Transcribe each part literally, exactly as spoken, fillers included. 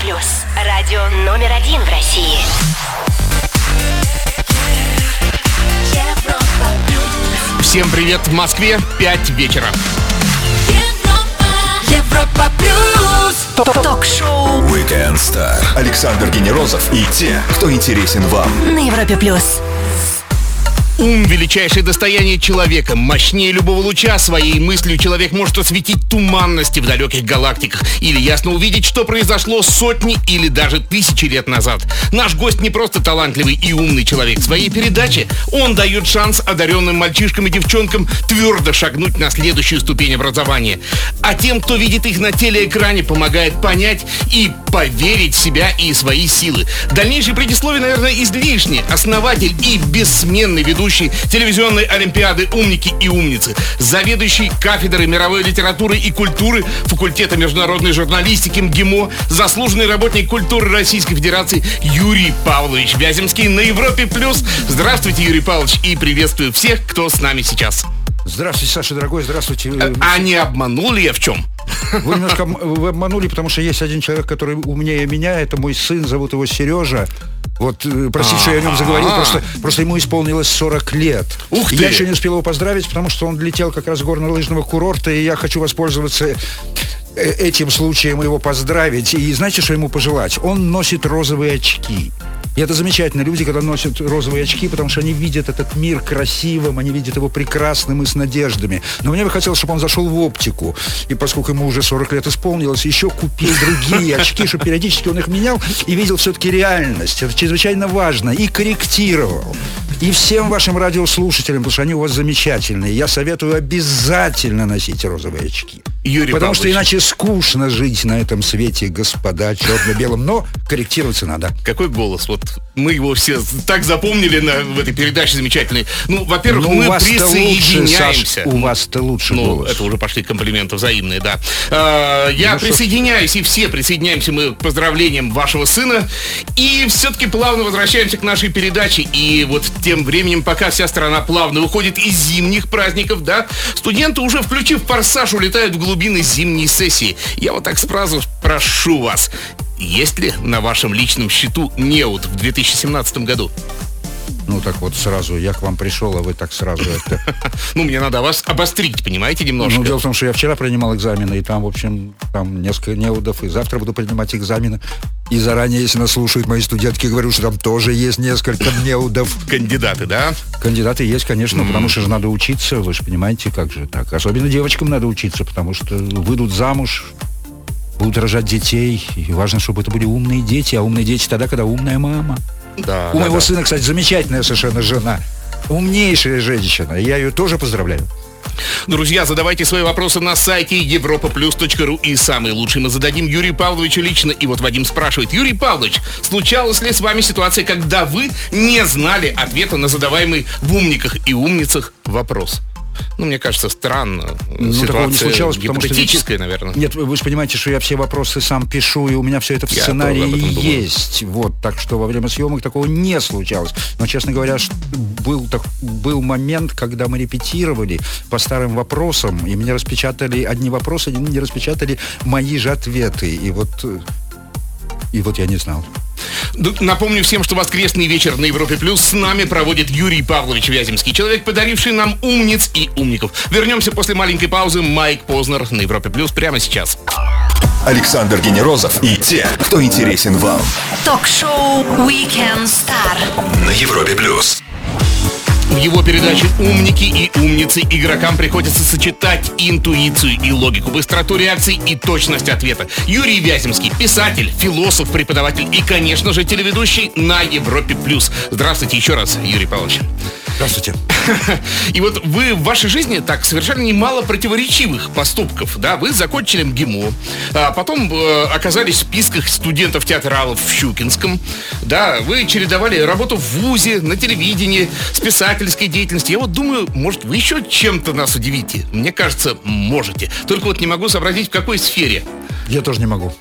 плюс. Радио номер один в России. Европа плюс. Всем привет в Москве, пять вечера. Европа, Европа плюс. Ток-шоу Weekend Star. Александр Генерозов и те, кто интересен вам. на Европе плюс. Ум – величайшее достояние человека. Мощнее любого луча своей мыслью человек может осветить туманности в далеких галактиках или ясно увидеть, что произошло сотни или даже тысячи лет назад. Наш гость не просто талантливый и умный человек. В своей передаче он дает шанс одаренным мальчишкам и девчонкам твердо шагнуть на следующую ступень образования. А тем, кто видит их на телеэкране, помогает понять и поверить в себя и свои силы. Дальнейшее предисловие, наверное, излишне. Основатель и бессменный ведущий телевизионной олимпиады «Умники и умницы», заведующий кафедрой мировой литературы и культуры факультета международной журналистики МГИМО, заслуженный работник культуры Российской Федерации Юрий Павлович Вяземский на Европе плюс. Здравствуйте, Юрий Павлович, и приветствую всех, кто с нами сейчас. Здравствуйте, Саша, дорогой, здравствуйте. А не обманул ли я в чем? Вы немножко вы обманули, потому что есть один человек, который умнее меня, это мой сын, зовут его Сережа. Вот, простите, что я о нем заговорил, просто, просто ему исполнилось сорок лет. Ух ты! Я еще не успел его поздравить, потому что он летел как раз с горнолыжного курорта, и я хочу воспользоваться этим случаем его поздравить. И знаете, что ему пожелать? Он носит розовые очки. И это замечательно. Люди, когда носят розовые очки, потому что они видят этот мир красивым, они видят его прекрасным и с надеждами. Но мне бы хотелось, чтобы он зашел в оптику. И поскольку ему уже сорок лет исполнилось, еще купил другие очки, чтобы периодически он их менял и видел все-таки реальность. Это чрезвычайно важно. И корректировал. И всем вашим радиослушателям, потому что они у вас замечательные, я советую обязательно носить розовые очки. Юрий Потому Павлович. что иначе скучно жить на этом свете, господа, черно-белом. Но корректироваться надо. Какой голос? Вот мы его все так запомнили на, в этой передаче замечательной. Ну, во-первых, Ну, мы у вас-то присоединяемся. лучше, Саш, у вас-то лучше Ну, голос. это уже пошли комплименты взаимные, да. А, я Ну, присоединяюсь, и все присоединяемся мы к поздравлениям вашего сына. И все-таки плавно возвращаемся к нашей передаче. И вот тем временем, пока вся страна плавно уходит из зимних праздников, да, студенты, уже включив форсаж, улетают в глубины зимней сессии. Я вот так сразу прошу вас, есть ли на вашем личном счету неуд в две тысячи семнадцатом году? Ну так вот сразу, я к вам пришел, а вы так сразу это... Ну, мне надо вас обострить, понимаете, немножко. Ну, дело в том, что я вчера принимал экзамены, и там, в общем, там несколько неудов, и завтра буду принимать экзамены. И заранее, если нас слушают мои студентки, говорю, что там тоже есть несколько неудов. Кандидаты, да? Кандидаты есть, конечно, mm. потому что же надо учиться, вы же понимаете, как же так. Особенно девочкам надо учиться, потому что выйдут замуж, будут рожать детей, и важно, чтобы это были умные дети, а умные дети тогда, когда умная мама. Да, У да, моего да. сына, кстати, замечательная совершенно жена. Умнейшая женщина. Я ее тоже поздравляю. Друзья, задавайте свои вопросы на сайте европа плюс точка ру. И самые лучшие мы зададим Юрию Павловичу лично. И вот Вадим спрашивает: Юрий Павлович, случалась ли с вами ситуация, когда вы не знали ответа на задаваемый в «Умниках и умницах» вопрос? Ну, мне кажется, странно. Ну, Ситуация такого не случалось, потому что... гипотетическая, наверное. Нет, вы же понимаете, что я все вопросы сам пишу, и у меня все это в Я сценарии тоже об этом думаю. есть. Вот, так что во время съемок такого не случалось. Но, честно говоря, ш- был, так, был момент, когда мы репетировали по старым вопросам, и мне распечатали одни вопросы, и не распечатали мои же ответы. И вот, э, и вот я не знал. Напомню всем, что воскресный вечер на Европе Плюс с нами проводит Юрий Павлович Вяземский, человек, подаривший нам умниц и умников. Вернемся после маленькой паузы. Майк Познер на Европе Плюс прямо сейчас. Александр Генерозов и те, кто интересен вам. Ток-шоу Weekend Star На Европе плюс. В его передаче «Умники и умницы» игрокам приходится сочетать интуицию и логику, быстроту реакций и точность ответа. Юрий Вяземский, писатель, философ, преподаватель и, конечно же, телеведущий на Европе плюс. Здравствуйте еще раз, Юрий Павлович. Здравствуйте. И вот вы в вашей жизни так совершенно немало противоречивых поступков, да? Вы закончили МГИМО, а потом э, оказались в списках студентов-театралов в Щукинском, да? Вы чередовали работу в вузе, на телевидении, с писательской деятельностью. Я вот думаю, может, вы еще чем-то нас удивите? Мне кажется, можете. Только вот не могу сообразить, в какой сфере. Я тоже не могу.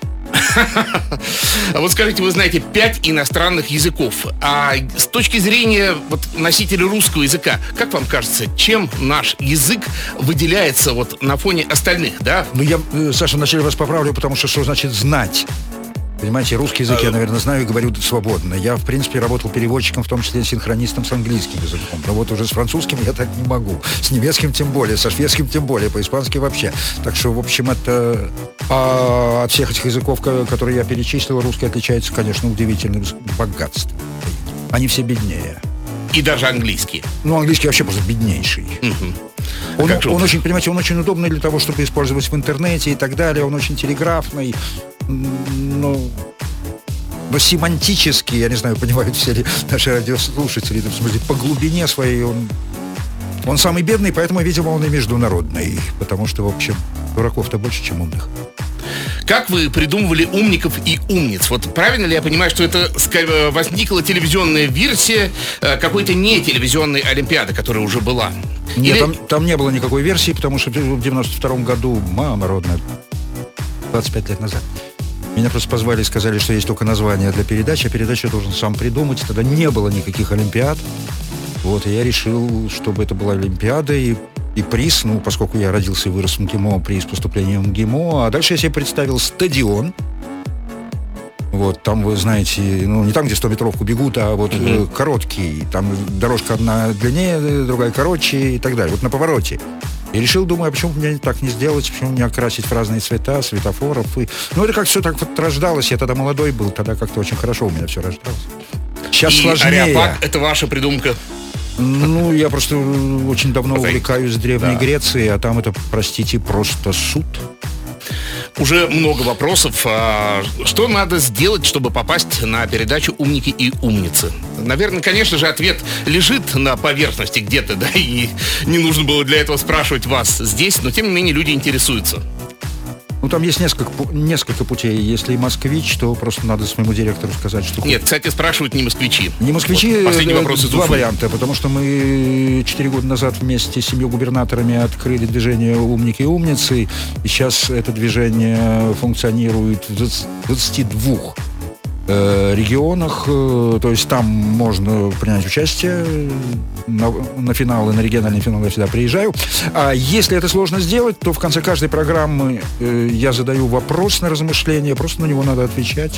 А вот скажите, вы знаете пять иностранных языков. А с точки зрения вот, носителя русского языка, как вам кажется, чем наш язык выделяется вот на фоне остальных, да? Ну, я, э, Саша, вначале вас поправлю, потому что что значит знать? Понимаете, русский язык я, наверное, знаю и говорю свободно. Я, в принципе, работал переводчиком, в том числе синхронистом с английским языком. Но вот уже с французским я так не могу. С немецким тем более, со шведским тем более, по-испански вообще. Так что, в общем, это... А от всех этих языков, которые я перечислил, русский отличается, конечно, удивительным богатством. Они все беднее. И даже английский. Ну, английский вообще просто беднейший. Угу. Он, он очень, понимаете, он очень удобный для того, чтобы использовать в интернете и так далее. Он очень телеграфный. Ну, но семантически, я не знаю, понимают все ли наши радиослушатели, в смысле, по глубине своей он, он самый бедный, поэтому, видимо, он и международный. Потому что, в общем, дураков-то больше, чем умных. Как вы придумывали умников и умниц? Вот правильно ли я понимаю, что это возникла телевизионная версия какой-то не телевизионной олимпиады, которая уже была? Нет, Или... там, там не было никакой версии, потому что в девяносто втором году, мама родная, двадцать пять лет назад, меня просто позвали и сказали, что есть только название для передачи, а передачу я должен сам придумать. Тогда не было никаких олимпиад. Вот, и я решил, чтобы это была олимпиада, и И приз, ну, поскольку я родился и вырос в МГИМО, приз поступления в МГИМО. А дальше я себе представил стадион. Вот, там, вы знаете, ну, не там, где сто-метровку бегут, а вот mm-hmm. э, короткий. Там дорожка одна длиннее, другая короче и так далее. Вот на повороте. И решил, думаю, а почему мне так не сделать, почему не окрасить в разные цвета, светофоров. И... Ну, это как все так вот рождалось. Я тогда молодой был, тогда как-то очень хорошо у меня все рождалось. Сейчас и сложнее. Ареопаг — это ваша придумка? Ну, я просто очень давно Позай. увлекаюсь Древней да. Грецией, а там это, простите, просто суд. Уже много вопросов. Что надо сделать, чтобы попасть на передачу «Умники и умницы»? Наверное, конечно же, ответ лежит на поверхности где-то, да, и не нужно было для этого спрашивать вас здесь, но тем не менее люди интересуются. Ну, там есть несколько, несколько путей. Если москвич, то просто надо своему директору сказать, что... Нет, кстати, спрашивают не москвичи. Не москвичи, вот, последний вопрос из два Уфы. варианта, потому что мы четыре года назад вместе с семью губернаторами открыли движение «Умники и умницы», и сейчас это движение функционирует в двадцати двух э, регионах, э, то есть там можно принять участие на, на финалы, на региональные финалы я всегда приезжаю. А если это сложно сделать, то в конце каждой программы э, я задаю вопрос на размышление, просто на него надо отвечать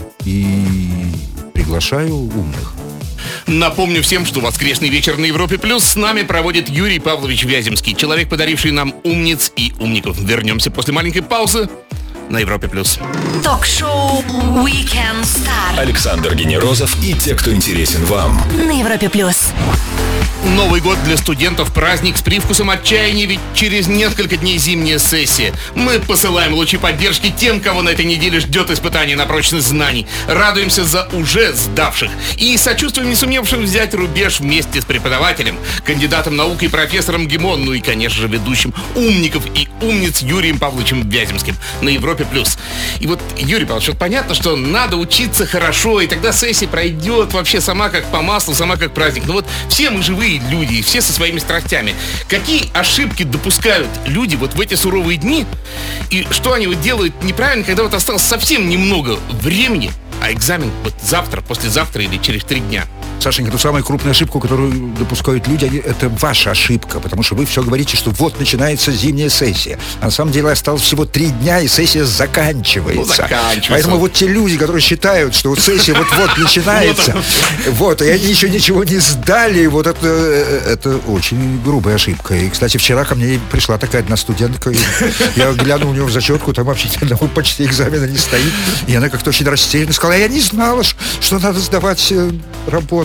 и приглашаю умных. Напомню всем, что воскресный вечер на Европе Плюс с нами проводит Юрий Павлович Вяземский, человек, подаривший нам умниц и умников. Вернемся после маленькой паузы на Европе Плюс. Ток-шоу Weekend Star. Александр Генерозов и те, кто интересен вам. На Европе Плюс. Новый год для студентов — праздник с привкусом отчаяния, ведь через несколько дней зимняя сессия. Мы посылаем лучи поддержки тем, кого на этой неделе ждет испытание на прочность знаний. Радуемся за уже сдавших и сочувствуем не сумевшим взять рубеж вместе с преподавателем, кандидатом наук и профессором ГИМО, ну и, конечно же, ведущим умников и умниц Юрием Павловичем Вяземским на Европе Плюс. И вот, Юрий Павлович, вот понятно, что надо учиться хорошо, и тогда сессия пройдет вообще сама как по маслу, сама как праздник. Но вот все мы живые люди, и все со своими страстями. Какие ошибки допускают люди вот в эти суровые дни? И что они вот делают неправильно, когда вот осталось совсем немного времени, а экзамен вот завтра, послезавтра или через три дня? Сашенька, ту самую крупную ошибку, которую допускают люди, это ваша ошибка, потому что вы все говорите, что вот начинается зимняя сессия. А на самом деле осталось всего три дня, и сессия заканчивается. Ну, заканчивается. Поэтому вот те люди, которые считают, что вот сессия вот-вот начинается, вот, и они еще ничего не сдали, вот это, это очень грубая ошибка. И, кстати, вчера ко мне пришла такая одна студентка, я глянул у нее в зачетку, там вообще ни одного почти экзамена не стоит, и она как-то очень растерянно сказала: я не знала, что надо сдавать работу.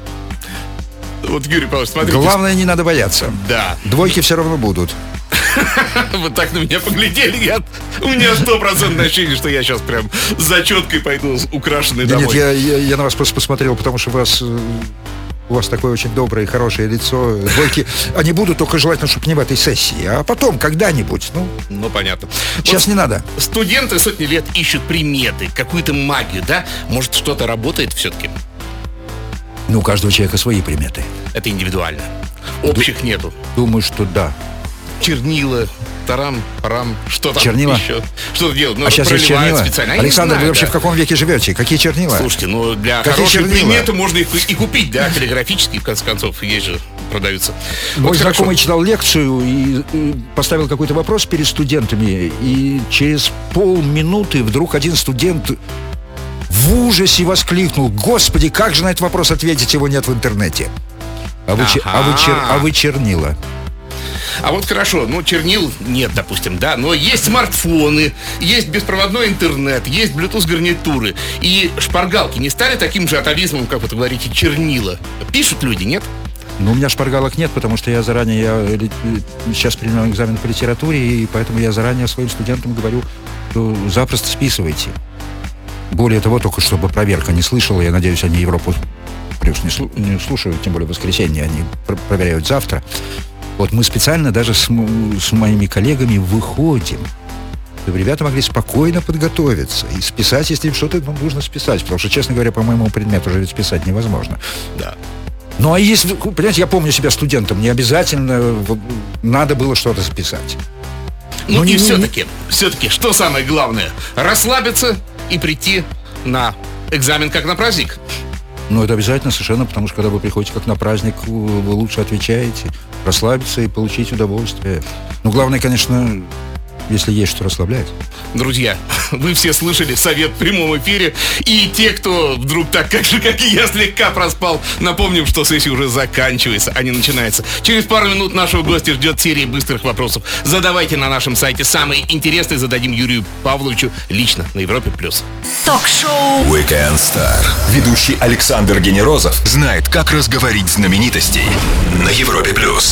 Вот, Юрий Павлович, смотрите. Главное, не надо бояться. Да. Двойки все равно будут. Вот так на меня поглядели. Я, у меня стопроцентное ощущение, что я сейчас прям с зачеткой пойду украшенный Да домой. нет, я, я, я на вас просто посмотрел, потому что у вас, у вас такое очень доброе и хорошее лицо. Двойки, они будут, только желательно, чтобы не в этой сессии, а потом, когда-нибудь. Ну, ну понятно. Сейчас вот не надо. Студенты сотни лет ищут приметы, какую-то магию, да? Может, что-то работает все-таки? Ну, у каждого человека свои приметы. Это индивидуально. Общих Ду- нету. Думаю, что да. Чернила, тарам, парам, что там Чернила? еще? Что делать? Ну, а сейчас есть чернила? Специально. А Александр, знаю, вы вообще да. в каком веке живете? Какие чернила? Слушайте, ну для Какие хорошей чернила? приметы можно их и купить, да, каллиграфические, в конце концов, есть же, продаются. Мой Вот знакомый хорошо. читал лекцию и, и поставил какой-то вопрос перед студентами, и через полминуты вдруг один студент в ужасе воскликнул: «Господи, как же на этот вопрос ответить, его нет в интернете?» А вы, чер- а вы, чер- а вы чернила. А вот хорошо, ну чернил нет, допустим, да, но есть смартфоны, есть беспроводной интернет, есть Bluetooth гарнитуры. И шпаргалки не стали таким же атовизмом, как вы говорите, чернила? Пишут люди, нет? Ну, у меня шпаргалок нет, потому что я заранее, я сейчас принимаю экзамен по литературе, и поэтому я заранее своим студентам говорю, что запросто списывайте. Более того, только чтобы проверка не слышала, я надеюсь, они Европу плюс не, слу- не слушают, тем более в воскресенье, они пр- проверяют завтра. Вот мы специально даже с, м- с моими коллегами выходим, чтобы ребята могли спокойно подготовиться и списать, если им что-то нужно списать. Потому что, честно говоря, по моему предмету уже ведь списать невозможно. Да. Ну, а если, понимаете, я помню себя студентом, не обязательно надо было что-то записать. Ну, Но и не, все-таки, не... все-таки, что самое главное? Расслабиться и прийти на экзамен как на праздник. Ну, это обязательно совершенно, потому что когда вы приходите как на праздник, вы лучше отвечаете, расслабиться и получить удовольствие. Ну, главное, конечно, если есть что расслаблять. Друзья, вы все слышали совет в прямом эфире. И те, кто вдруг так, как же, как и я, слегка проспал, напомним, что сессия уже заканчивается, а не начинается. Через пару минут нашего гостя ждет серия быстрых вопросов. Задавайте на нашем сайте самые интересные, зададим Юрию Павловичу лично на Европе+. Ток-шоу Weekend Star. Ведущий Александр Генерозов знает, как разговорить знаменитостей на Европе+.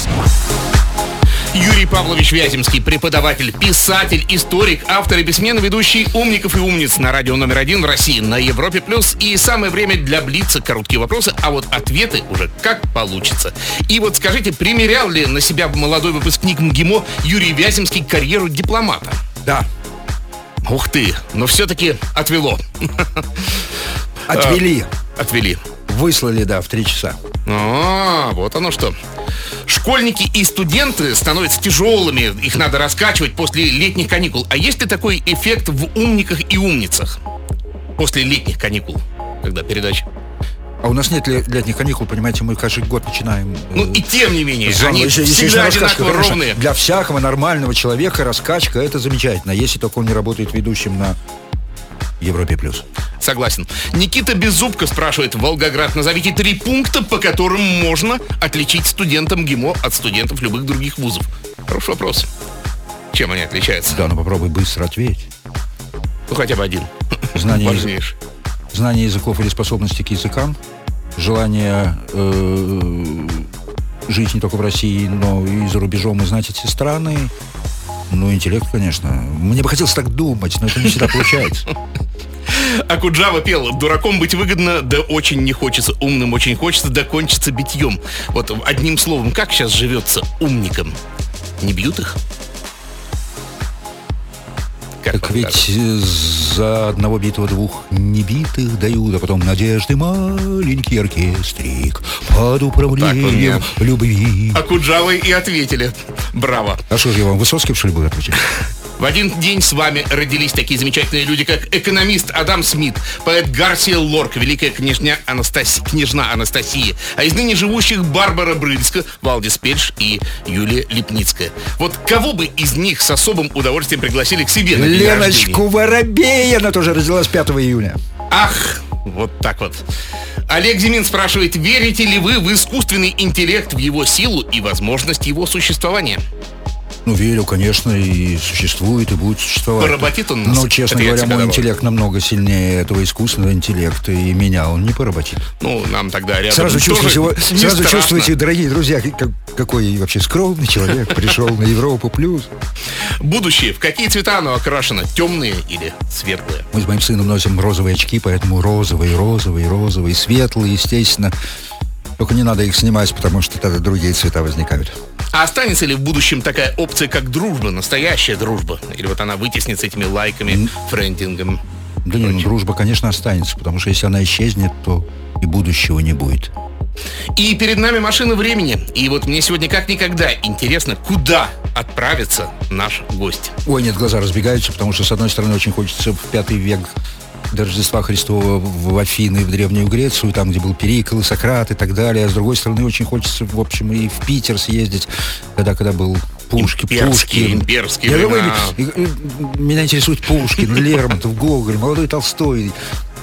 Юрий Павлович Вяземский, преподаватель, писатель, историк, автор и бессменный ведущий «Умников и умниц» на радио номер один в России на Европе+. И самое время для блица короткие вопросы, а вот ответы уже как получится. И вот скажите, примерял ли на себя молодой выпускник МГИМО Юрий Вяземский карьеру дипломата? Да. Ух ты, но все-таки отвело. Отвели. Отвели. Выслали, да, в три часа. А, вот оно что. Школьники и студенты становятся тяжелыми, их надо раскачивать после летних каникул. А есть ли такой эффект в «Умниках и умницах» после летних каникул, когда передача? А у нас нет летних каникул, понимаете, мы каждый год начинаем... Ну и тем не менее, заново. они Если- если всегда раскачка, одинаково конечно, ровные. Для всякого нормального человека раскачка — это замечательно, если только он не работает ведущим на Европе+. Согласен. Никита Беззубко спрашивает: Волгоград, назовите три пункта, по которым можно отличить студента МГИМО от студентов любых других вузов. Хороший вопрос. Чем они отличаются? Да, ну попробуй быстро ответить. Ну хотя бы один. Знание, язы- Важнейший. знание языков или способности к языкам, желание э, жить не только в России, но и за рубежом, и знать эти страны. Ну, интеллект, конечно. Мне бы хотелось так думать, но это не всегда получается. Акуджава пел: дураком быть выгодно, да очень не хочется. Умным очень хочется, да кончится битьем. Вот одним словом, как сейчас живется умникам? Не бьют их? Как Так вам ведь кажется? э, за одного битого двух небитых дают, а потом надежды маленький оркестрик под управлением Так вы любви. Акуджавой и ответили. Браво. А что же я вам, Высоцкий, что ли, буду отвечать? В один день с вами родились такие замечательные люди, как экономист Адам Смит, поэт Гарсия Лорк, великая княжня Анастаси... княжна Анастасия, а из ныне живущих Барбара Брыльска, Валдис Пельш и Юлия Липницкая. Вот кого бы из них с особым удовольствием пригласили к себе на день Леночку Воробей, она тоже родилась пятого июня. рождения? Ах, вот так вот. Олег Зимин спрашивает: верите ли вы в искусственный интеллект, в его силу и возможность его существования? Ну, верю, конечно, и существует, и будет существовать. Поработит он нас? Но, честно Это я говоря, тебе мой добавлю. интеллект намного сильнее этого искусственного интеллекта, и меня он не поработит. Ну, нам тогда рядом Сразу тоже чувствуете, его- не сразу страшно. чувствуете, дорогие друзья, как- какой вообще скромный человек пришел на Европу плюс. Будущее. В какие цвета оно окрашено? Темные или светлые? Мы с моим сыном носим розовые очки, поэтому розовые, розовые, розовые, светлые, естественно. Только не надо их снимать, потому что тогда другие цвета возникают. А останется ли в будущем такая опция, как дружба, настоящая дружба? Или вот она вытеснится этими лайками, френдингом? Да не, ну, дружба, конечно, останется, потому что если она исчезнет, то и будущего не будет. И перед нами машина времени. И вот мне сегодня как никогда интересно, куда отправится наш гость. Ой, нет, глаза разбегаются, потому что, с одной стороны, очень хочется в пятый век до Рождества Христова в Афины, в Древнюю Грецию, там, где был Перикл, Сократ и так далее. А с другой стороны, очень хочется, в общем, и в Питер съездить, когда, когда был Пушкин. Имперские, Пушкин. имперские Я времена. думаю, и- и- меня интересует Пушкин, Лермонтов, Гоголь, молодой Толстой,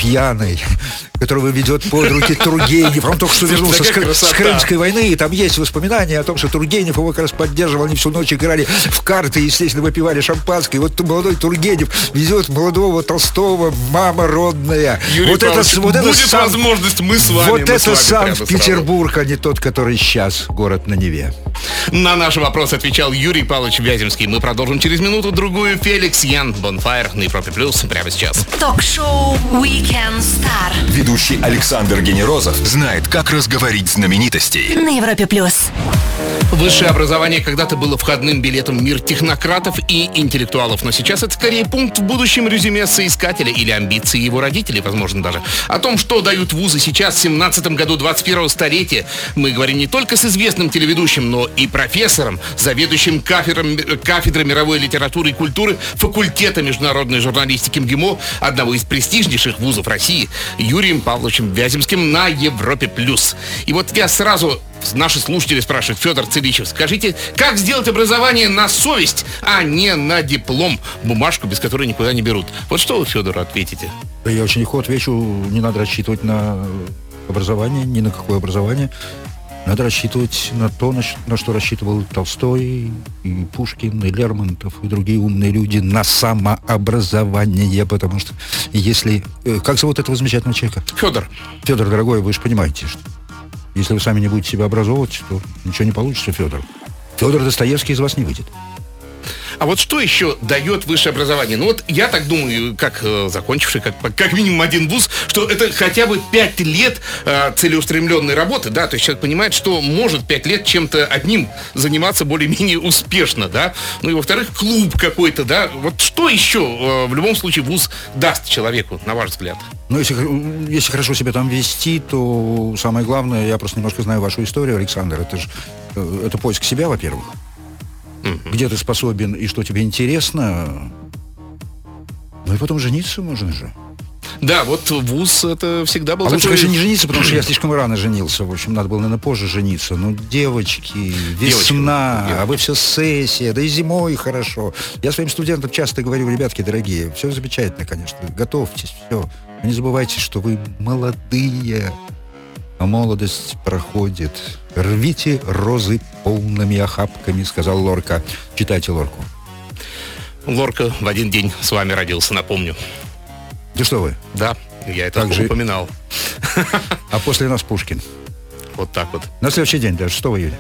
пьяный, которого ведет под руки Тургенев. Он только что вернулся с, Кры- с Крымской войны, и там есть воспоминания о том, что Тургенев его как раз поддерживал. Они всю ночь играли в карты, естественно, выпивали шампанское. И вот молодой Тургенев везет молодого Толстого, мама родная. Юрий вот Павлович, это, вот будет это сам, возможность, мы с вами. Вот мы это Санкт-Петербург, а не тот, который сейчас город на Неве. На наши вопросы отвечал Юрий Павлович Вяземский. Мы продолжим через минуту-другую. Феликс Ян, Bonfire на Европе Плюс прямо сейчас. Ток-шоу Weekend Star. Ведущий Александр Генерозов знает, как разговорить знаменитостей. На Европе Плюс. Высшее образование когда-то было входным билетом в мир технократов и интеллектуалов, но сейчас это скорее пункт в будущем резюме соискателя или амбиции его родителей, возможно, даже. О том, что дают вузы сейчас, в семнадцатом году двадцать первого столетия, мы говорим не только с известным телеведущим, но и профессором, заведующим кафедром, кафедрой мировой литературы и культуры факультета международной журналистики МГИМО, одного из престижнейших вузов России, Юрием Павловичем Вяземским на Европе Плюс. И вот я сразу... Наши слушатели спрашивают: Федор Циличев, скажите, как сделать образование на совесть, а не на диплом, бумажку, без которой никуда не берут? Вот что вы Федору ответите? Я очень легко отвечу: не надо рассчитывать на образование, ни на какое образование. Надо рассчитывать на то, на, на что рассчитывал Толстой, и Пушкин, и Лермонтов, и другие умные люди, на самообразование, потому что если... Как зовут этого замечательного человека? Федор. Федор, дорогой, вы же понимаете, что если вы сами не будете себя образовывать, то ничего не получится, Федор. Федор Достоевский из вас не выйдет. А вот что еще дает высшее образование? Ну вот я так думаю, как э, закончивший как, как минимум один вуз, что это хотя бы пять лет э, целеустремленной работы, да, то есть человек понимает, что может пять лет чем-то одним заниматься более-менее успешно, да, ну и во-вторых, клуб какой-то, да, вот что еще э, в любом случае вуз даст человеку, на ваш взгляд? Ну, если, если хорошо себя там вести, то самое главное, я просто немножко знаю вашу историю, Александр, это же э, это поиск себя, во-первых. Mm-hmm. Где ты способен и что тебе интересно. Ну и потом жениться можно же. Да, вот вуз это всегда был а такой... лучше, конечно, не жениться, потому что я слишком рано женился. В общем, надо было, наверное, позже жениться. Ну, девочки, весна, девочки, а вы все сессия, да и зимой хорошо. Я своим студентам часто говорю: ребятки дорогие, все замечательно, конечно, готовьтесь, все. Но не забывайте, что вы молодые, а молодость проходит. Рвите розы полными охапками, сказал Лорка. Читайте Лорку. Лорка в один день с вами родился, напомню. Да что вы? Да, я это так же упоминал. А после нас Пушкин. Вот так вот. На следующий день, даже шестого июля.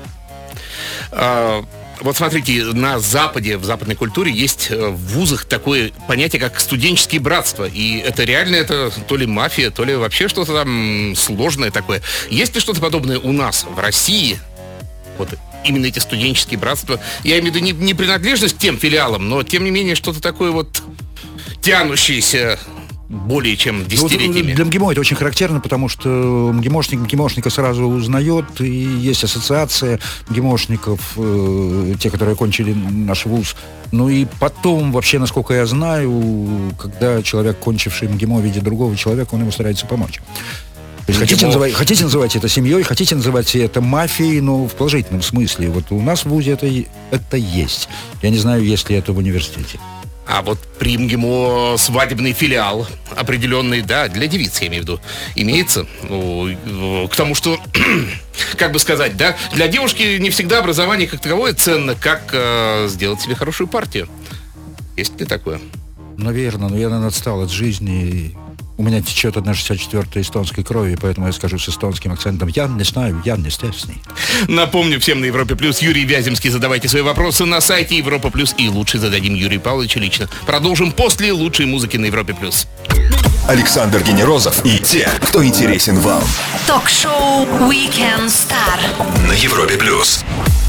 А, вот смотрите, на Западе, в западной культуре есть в вузах такое понятие, как студенческие братства. И это реально, это то ли мафия, то ли вообще что-то там сложное такое. Есть ли что-то подобное у нас, в России? Вот именно эти студенческие братства. Я имею в виду не, не принадлежность к тем филиалам, но тем не менее что-то такое вот тянущееся более чем десятилетиями. Ну, для МГИМО это очень характерно, потому что МГИМОшник МГИМОшника сразу узнает, и есть ассоциация МГИМОшников, э, те, которые окончили наш вуз. Ну и потом, вообще, насколько я знаю, когда человек, кончивший МГИМО, видит другого человека, он ему старается помочь. То есть хотите, называть, хотите называть это семьей, хотите называть это мафией, но в положительном смысле. Вот у нас в вузе это, это есть. Я не знаю, есть ли это в университете. А вот при МГИМО свадебный филиал определенный, да, для девиц, я имею в виду, имеется. Ну, к тому, что, как бы сказать, да, для девушки не всегда образование как таковое ценно, как э, сделать себе хорошую партию. Есть ли такое? Наверное, но я, наверное, отстал от жизни. У меня течет одна шестьдесят четвёртая эстонской крови, поэтому я скажу с эстонским акцентом: я не знаю, я не стесный. Напомню всем на Европе Плюс, Юрий Вяземский. Задавайте свои вопросы на сайте Европа Плюс, и лучше зададим Юрию Павловичу лично. Продолжим после лучшей музыки на Европе Плюс. Александр Генерозов и те, кто интересен вам. Ток-шоу Weekend Star На Европе Плюс.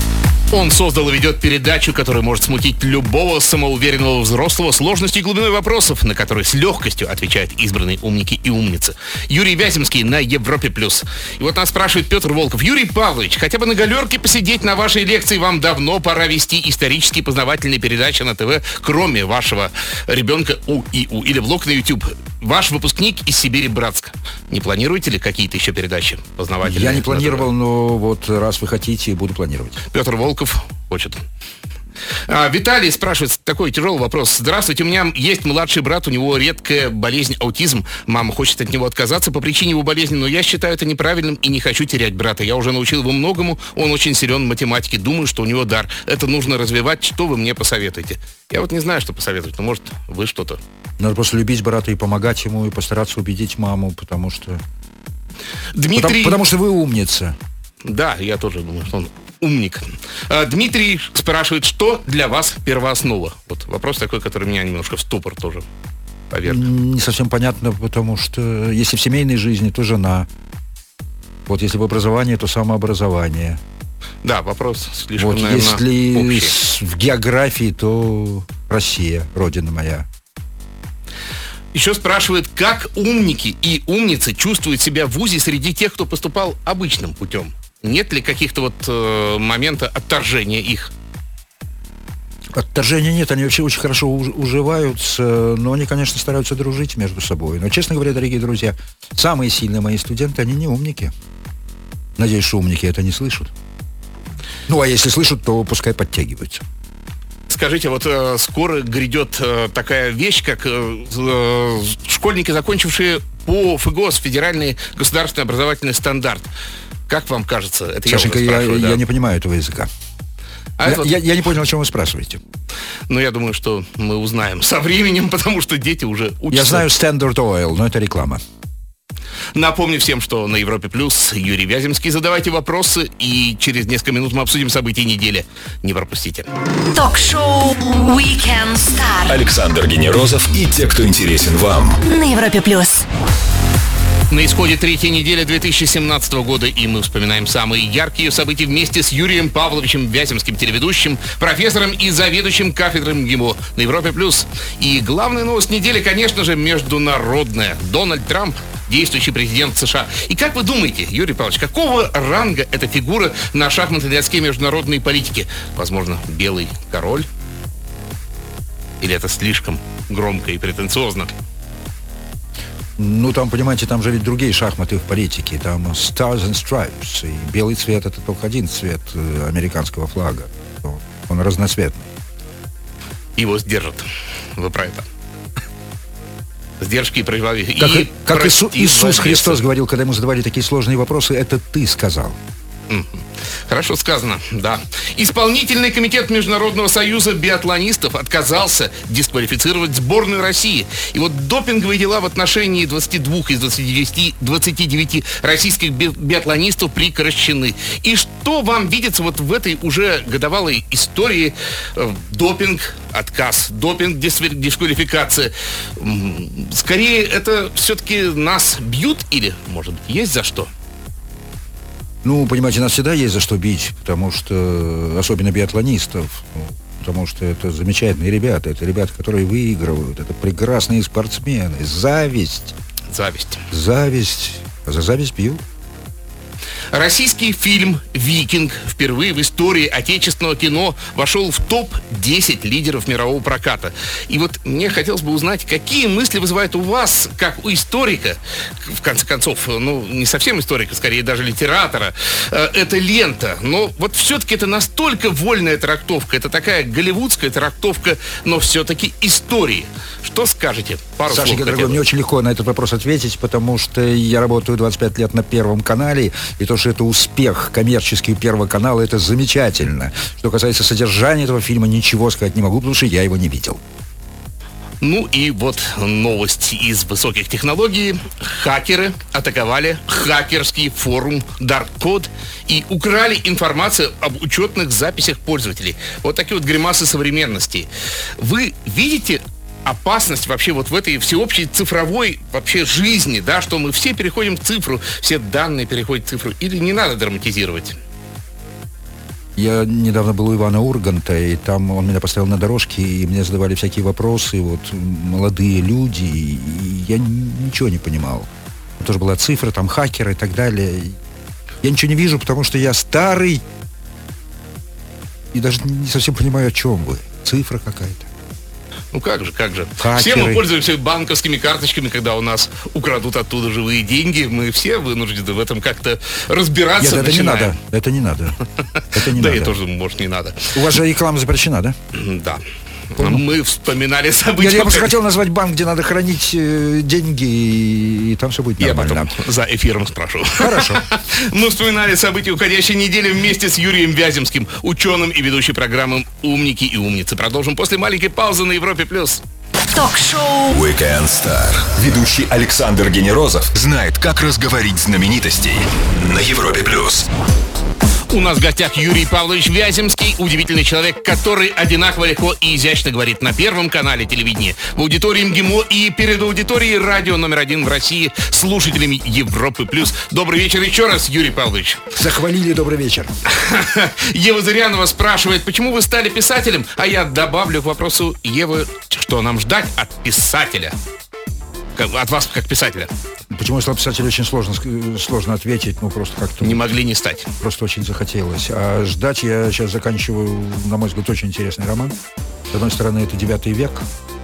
Он создал и ведет передачу, которая может смутить любого самоуверенного взрослого сложностью и глубиной вопросов, на которые с легкостью отвечают избранные умники и умницы. Юрий Вяземский на Европе+. И вот нас спрашивает Петр Волков: Юрий Павлович, хотя бы на галерке посидеть на вашей лекции вам давно пора вести исторические познавательные передачи на ТВ, кроме вашего ребенка У и У или влог на YouTube. Ваш выпускник из Сибири Братска. Не планируете ли какие-то еще передачи познавательные? Я не планировал, но вот раз вы хотите, буду планировать. Петр Волков хочет. А, Виталий спрашивает такой тяжелый вопрос. Здравствуйте, у меня есть младший брат, у него редкая болезнь аутизм. Мама хочет от него отказаться по причине его болезни, но я считаю это неправильным и не хочу терять брата. Я уже научил его многому, он очень силен в математике, думаю, что у него дар. Это нужно развивать. Что вы мне посоветуете? Я вот не знаю, что посоветовать, но может вы что-то. Надо просто любить брата и помогать ему, и постараться убедить маму, потому что... Дмитрий... Потому, потому что вы умница. Да, я тоже думаю, что он умник. А, Дмитрий спрашивает, что для вас первооснова? Вот вопрос такой, который меня немножко в ступор тоже поверг. Не совсем понятно, потому что если в семейной жизни, то жена. Вот если в образовании, то самообразование. Да, вопрос слишком, вот наверное, если общий. В географии, то Россия, родина моя. Еще спрашивает, как умники и умницы чувствуют себя в вузе среди тех, кто поступал обычным путем? Нет ли каких-то вот э, момента отторжения их? Отторжения нет, они вообще очень хорошо уж, уживаются, но они, конечно, стараются дружить между собой. Но, честно говоря, дорогие друзья, самые сильные мои студенты, они не умники. Надеюсь, что умники это не слышат. Ну, а если слышат, то пускай подтягиваются. Скажите, вот э, скоро грядет э, такая вещь, как э, э, школьники, закончившие по ФГОС, федеральный государственный образовательный стандарт. Как вам кажется? Это Сашенька, я, я, да? я не понимаю этого языка. А я, это... я, я не понял, о чем вы спрашиваете. Ну, я думаю, что мы узнаем со временем, потому что дети уже учатся. Я знаю Standard Oil, но это реклама. Напомню всем, что на Европе Плюс Юрий Вяземский. Задавайте вопросы, и через несколько минут мы обсудим события недели. Не пропустите. Ток-шоу Weekend Star Александр Генерозов и те, кто интересен вам. на Европе Плюс. На исходе третьей недели две тысячи семнадцатого года, и мы вспоминаем самые яркие события вместе с Юрием Павловичем Вяземским, телеведущим, профессором и заведующим кафедрой МГИМО на Европе Плюс. И главная новость недели, конечно же, международная. Дональд Трамп, действующий президент США. И как вы думаете, Юрий Павлович, какого ранга эта фигура на шахматной доске международной политики? Возможно, белый король? Или это слишком громко и претенциозно? Ну, там, понимаете, там же ведь другие шахматы в политике. Там Stars and Stripes. И белый цвет — это только один цвет э, американского флага. Он разноцветный. Его сдержат. Вы про это. Сдержки и правовые. Как, и как Иису, Иисус владельцы. Христос говорил, когда ему задавали такие сложные вопросы, это ты сказал. Хорошо сказано, да. Исполнительный комитет Международного союза биатлонистов отказался дисквалифицировать сборную России. И вот допинговые дела в отношении двадцати двух из двадцати девяти, двадцати девяти российских би- биатлонистов прекращены. И что вам видится вот в этой уже годовалой истории? Э, допинг, отказ, допинг, дисфи- дисквалификация. М, Скорее, это все-таки нас бьют или, может быть, есть за что? Ну, понимаете, нас всегда есть за что бить, потому что, особенно биатлонистов, ну, потому что это замечательные ребята, это ребята, которые выигрывают, это прекрасные спортсмены. Зависть. Зависть. Зависть. А за зависть бьют. Российский фильм «Викинг» впервые в истории отечественного кино вошел в топ десять лидеров мирового проката. И вот мне хотелось бы узнать, какие мысли вызывает у вас, как у историка, в конце концов, ну, не совсем историка, скорее даже литератора, э, эта лента. Но вот все-таки это настолько вольная трактовка, это такая голливудская трактовка, но все-таки истории. Что скажете? Пару Сашенька, слов дорогой, хотел. мне очень легко на этот вопрос ответить, потому что я работаю двадцать пять лет на Первом канале, и то, что это успех коммерческий у Первого канала, это замечательно. Что касается содержания этого фильма, ничего сказать не могу, потому что я его не видел. Ну и вот новость из высоких технологий. Хакеры атаковали хакерский форум Dark Code и украли информацию об учетных записях пользователей. Вот такие вот гримасы современности. Вы видите опасность вообще вот в этой всеобщей цифровой вообще жизни, да, что мы все переходим к цифру, все данные переходят в цифру, или не надо драматизировать? Я недавно был у Ивана Урганта, и там он меня поставил на дорожке, и мне задавали всякие вопросы, вот, молодые люди, и я ничего не понимал. Тоже была цифра, там, хакеры и так далее. Я ничего не вижу, потому что я старый, и даже не совсем понимаю, о чем вы. Цифра какая-то. Ну как же, как же. Хакеры. Все мы пользуемся банковскими карточками, когда у нас украдут оттуда живые деньги. Мы все вынуждены в этом как-то разбираться. Нет, это не надо. Это не надо. Это не Да надо. и тоже, может, не надо. У вас же реклама запрещена, да? Да. Мы вспоминали события. Я, я просто хотел назвать банк, где надо хранить э, деньги, и, и там все будет Я нормально. потом за эфиром спрошу. Хорошо. Мы вспоминали события уходящей недели вместе с Юрием Вяземским, ученым и ведущей программы «Умники и умницы». Продолжим после маленькой паузы на Европе+. Ток-шоу Weekend Star. Ведущий Александр Генерозов знает, как разговорить знаменитостей на Европе+. У нас в гостях Юрий Павлович Вяземский, удивительный человек, который одинаково легко и изящно говорит на Первом канале телевидения, в аудитории МГИМО и перед аудиторией радио номер один в России, слушателями Европы+. Добрый вечер еще раз, Юрий Павлович. Захвалили, добрый вечер. Ева Зырянова спрашивает, почему вы стали писателем? А я добавлю к вопросу Евы, что нам ждать от писателя? От вас как писателя. Почему я стал писателем, очень сложно, сложно ответить. Ну, просто как-то... Не могли не стать. Просто очень захотелось. А ждать я сейчас заканчиваю, на мой взгляд, очень интересный роман. С одной стороны, это девятый век.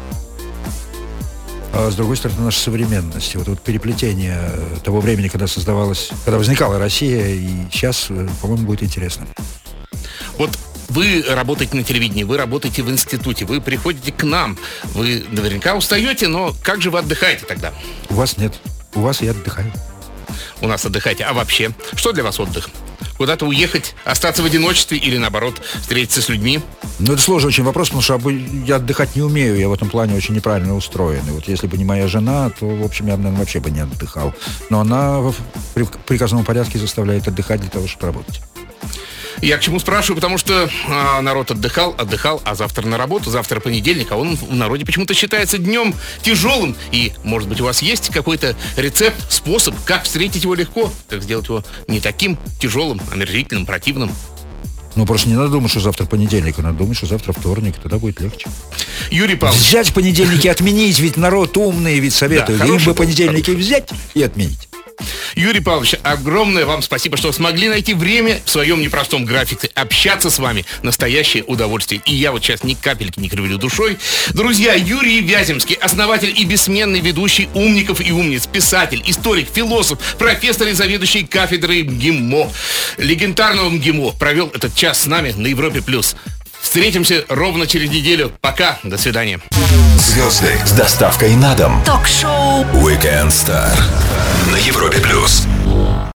А с другой стороны, наша современность. Вот, вот переплетение того времени, когда создавалась, когда возникала Россия, и сейчас, по-моему, будет интересно. Вот вы работаете на телевидении, вы работаете в институте, вы приходите к нам. Вы наверняка устаете, но как же вы отдыхаете тогда? У вас нет. У вас я отдыхаю. У нас отдыхаете. А вообще, что для вас отдых? Куда-то уехать, остаться в одиночестве или, наоборот, встретиться с людьми? Ну, это сложный очень вопрос, потому что я отдыхать не умею. Я в этом плане очень неправильно устроен. И вот если бы не моя жена, то, в общем, я, наверное, вообще бы не отдыхал. Но она в приказном порядке заставляет отдыхать для того, чтобы работать. Я к чему спрашиваю, потому что а, народ отдыхал, отдыхал, а завтра на работу, завтра понедельник, а он в народе почему-то считается днем тяжелым. И, может быть, у вас есть какой-то рецепт, способ, как встретить его легко, как сделать его не таким тяжелым, омерзительным, противным? Ну, просто не надо думать, что завтра понедельник, а надо думать, что завтра вторник, тогда будет легче. Юрий Павлович. Взять понедельники, отменить, ведь народ умный, ведь советует. Да, Им бы хороший, понедельники хороший. взять и отменить. Юрий Павлович, огромное вам спасибо, что смогли найти время в своем непростом графике. Общаться с вами — настоящее удовольствие. И я вот сейчас ни капельки не кривлю душой. Друзья, Юрий Вяземский, основатель и бессменный ведущий «Умников и умниц», писатель, историк, философ, профессор и заведующий кафедрой МГИМО, легендарного МГИМО, провел этот час с нами на Европе+. Встретимся ровно через неделю. Пока. До свидания. Звезды с доставкой на дом. Ток-шоу Weekend Star на Европе+.